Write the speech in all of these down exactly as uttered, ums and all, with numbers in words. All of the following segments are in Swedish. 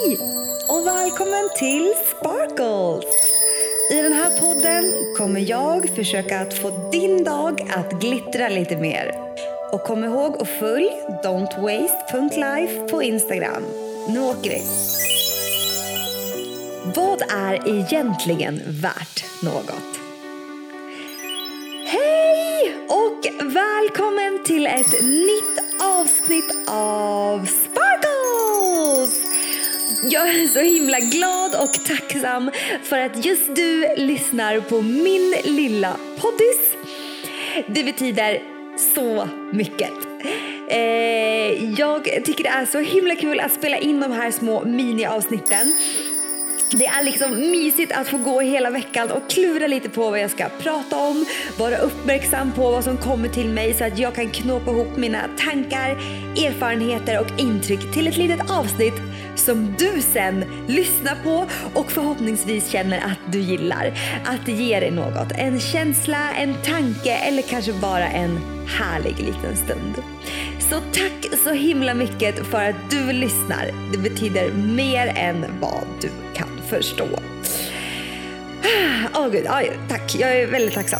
Hej och välkommen till Sparkles! I den här podden kommer jag försöka att få din dag att glittra lite mer. Och kom ihåg att följ don't waste punkt life på Instagram. Nu åker vi! Vad är egentligen värt något? Hej och välkommen till ett nytt avsnitt av Sparkles! Jag är så himla glad och tacksam för att just du lyssnar på min lilla poddis. Det betyder så mycket. Eh, jag tycker det är så himla kul att spela in de här små mini-avsnitten. Det är liksom mysigt att få gå hela veckan och klura lite på vad jag ska prata om. Vara uppmärksam på vad som kommer till mig så att jag kan knåpa ihop mina tankar, erfarenheter och intryck till ett litet avsnitt som du sen lyssnar på och förhoppningsvis känner att du gillar. Att det ger dig något. En känsla, en tanke eller kanske bara en härlig liten stund. Så tack så himla mycket för att du lyssnar. Det betyder mer än vad du kan förstå. Åh oh, gud, oh, tack. Jag är väldigt tacksam.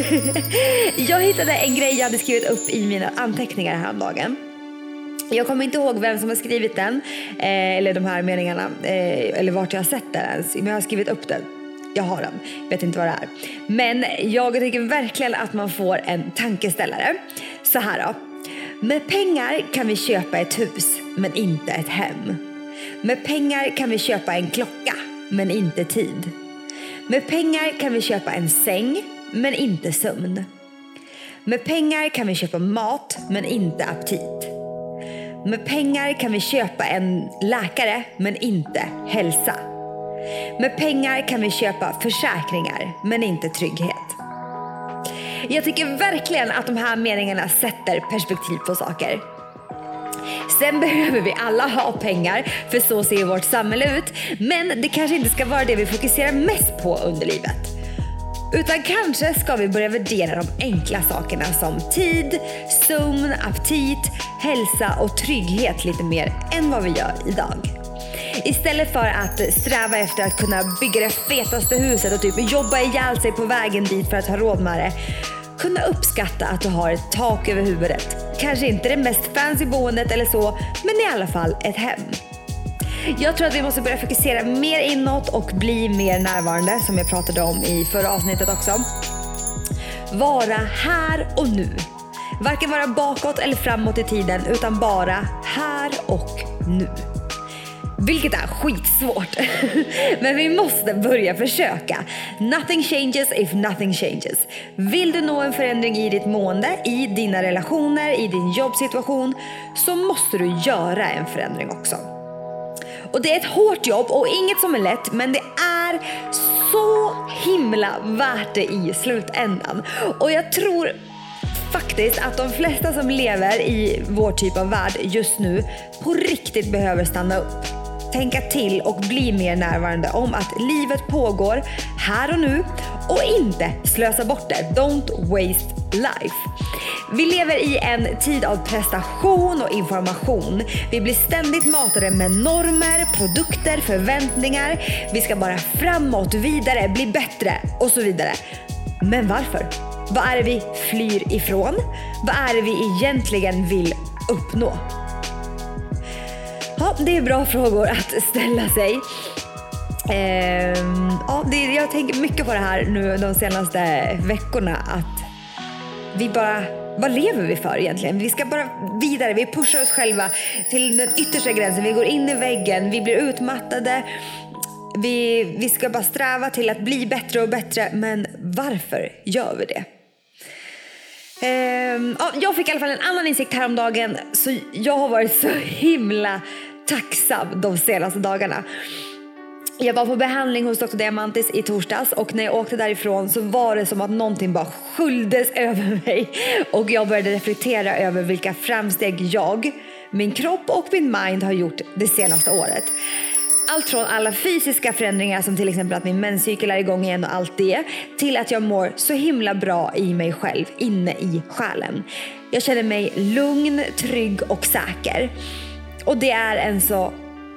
Jag hittade en grej jag hade skrivit upp i mina anteckningar häromdagen. Jag kommer inte ihåg vem som har skrivit den eh, eller de här meningarna eh, eller vart jag har sett den ens. Men jag har skrivit upp den. Jag har den. Vet inte vad det är. Men jag tycker verkligen att man får en tankeställare. Så här då. Med pengar kan vi köpa ett hus, men inte ett hem. Med pengar kan vi köpa en klocka, men inte tid. Med pengar kan vi köpa en säng, men inte sömn. Med pengar kan vi köpa mat, men inte aptit. Med pengar kan vi köpa en läkare, men inte hälsa. Med pengar kan vi köpa försäkringar, men inte trygghet. Jag tycker verkligen att de här meningarna sätter perspektiv på saker. Sen behöver vi alla ha pengar, för så ser vårt samhälle ut. Men det kanske inte ska vara det vi fokuserar mest på under livet. Utan kanske ska vi börja värdera de enkla sakerna som tid, sömn, aptit, hälsa och trygghet lite mer än vad vi gör idag. Istället för att sträva efter att kunna bygga det fetaste huset och typ jobba ihjäl sig på vägen dit för att ha råd med det. Kunna uppskatta att du har ett tak över huvudet. Kanske inte det mest fancy boendet eller så, men i alla fall ett hem. Jag tror att vi måste börja fokusera mer inåt och bli mer närvarande, som jag pratade om i förra avsnittet också. Vara här och nu. Varken vara bakåt eller framåt i tiden, utan bara här och nu. Vilket är skitsvårt. Men vi måste börja försöka. Nothing changes if nothing changes. Vill du nå en förändring i ditt mående, i dina relationer, i din jobbsituation, så måste du göra en förändring också. Och det är ett hårt jobb och inget som är lätt, men det är så himla värt det i slutändan. Och jag tror faktiskt att de flesta som lever i vår typ av värld just nu på riktigt behöver stanna upp. Tänka till och bli mer närvarande om att livet pågår här och nu och inte slösa bort det. Don't waste life. Vi lever i en tid av prestation och information. Vi blir ständigt matade med normer, produkter, förväntningar. Vi ska bara framåt, vidare, bli bättre och så vidare. Men varför? Vad är det vi flyr ifrån? Vad är det vi egentligen vill uppnå? Ja, det är bra frågor att ställa sig. Ehm, ja, det, jag tänker mycket på det här nu de senaste veckorna. Att vi bara, vad lever vi för egentligen? Vi ska bara vidare, vi pushar oss själva till den yttersta gränsen. Vi går in i väggen, vi blir utmattade. Vi, vi ska bara sträva till att bli bättre och bättre. Men varför gör vi det? Um, ja, jag fick i alla fall en annan insikt häromdagen. Så jag har varit så himla tacksam de senaste dagarna. Jag var på behandling hos doktor Diamantis i torsdags. Och när jag åkte därifrån så var det som att någonting bara skylldes över mig. Och jag började reflektera över vilka framsteg jag, min kropp och min mind har gjort det senaste året. Allt från alla fysiska förändringar som till exempel att min menscykel är igång igen och allt det, till att jag mår så himla bra i mig själv, inne i själen. Jag känner mig lugn, trygg och säker. Och det är en så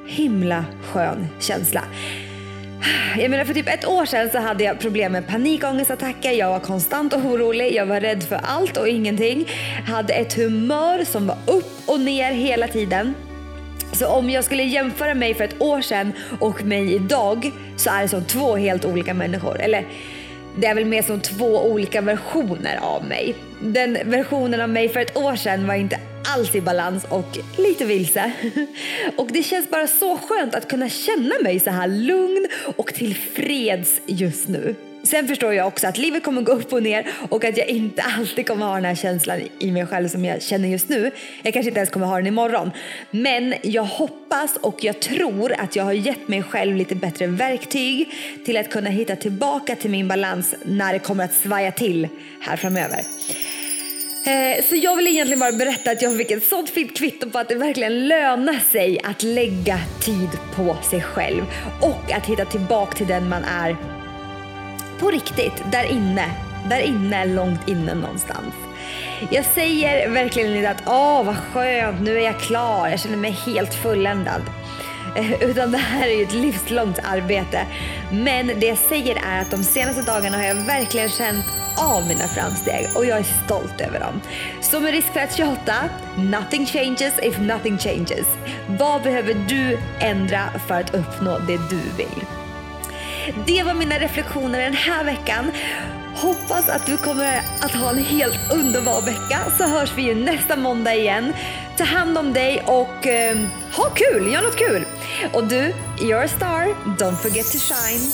himla skön känsla. Jag menar, för typ ett år sedan så hade jag problem med panikångestattacker. Jag var konstant orolig, jag var rädd för allt och ingenting. Hade ett humör som var upp och ner hela tiden. Så om jag skulle jämföra mig för ett år sedan och mig idag, så är det som två helt olika människor. Eller det är väl mer som två olika versioner av mig. Den versionen av mig för ett år sedan var inte alls i balans och lite vilse. Och det känns bara så skönt att kunna känna mig så här lugn och tillfreds just nu. Sen förstår jag också att livet kommer gå upp och ner och att jag inte alltid kommer ha den här känslan i mig själv som jag känner just nu. Jag kanske inte ens kommer ha den imorgon. Men jag hoppas och jag tror att jag har gett mig själv lite bättre verktyg till att kunna hitta tillbaka till min balans när det kommer att svaja till här framöver. Så jag vill egentligen bara berätta att jag fick ett sånt fint kvitto på att det verkligen lönar sig att lägga tid på sig själv och att hitta tillbaka till den man är på riktigt, där inne, där inne, långt inne någonstans. Jag säger verkligen inte att åh vad skönt, nu är jag klar, jag känner mig helt fulländad. Utan det här är ju ett livslångt arbete. Men det jag säger är att de senaste dagarna har jag verkligen känt av mina framsteg och jag är stolt över dem. Så med risk för att tjata, nothing changes if nothing changes. Vad behöver du ändra för att uppnå det du vill? Det var mina reflektioner den här veckan. Hoppas att du kommer att ha en helt underbar vecka, så hörs vi ju nästa måndag igen. Ta hand om dig och eh, ha kul, gör något kul. Och du, you're a star, don't forget to shine.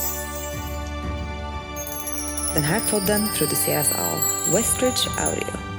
Den här podden produceras av Westridge Audio.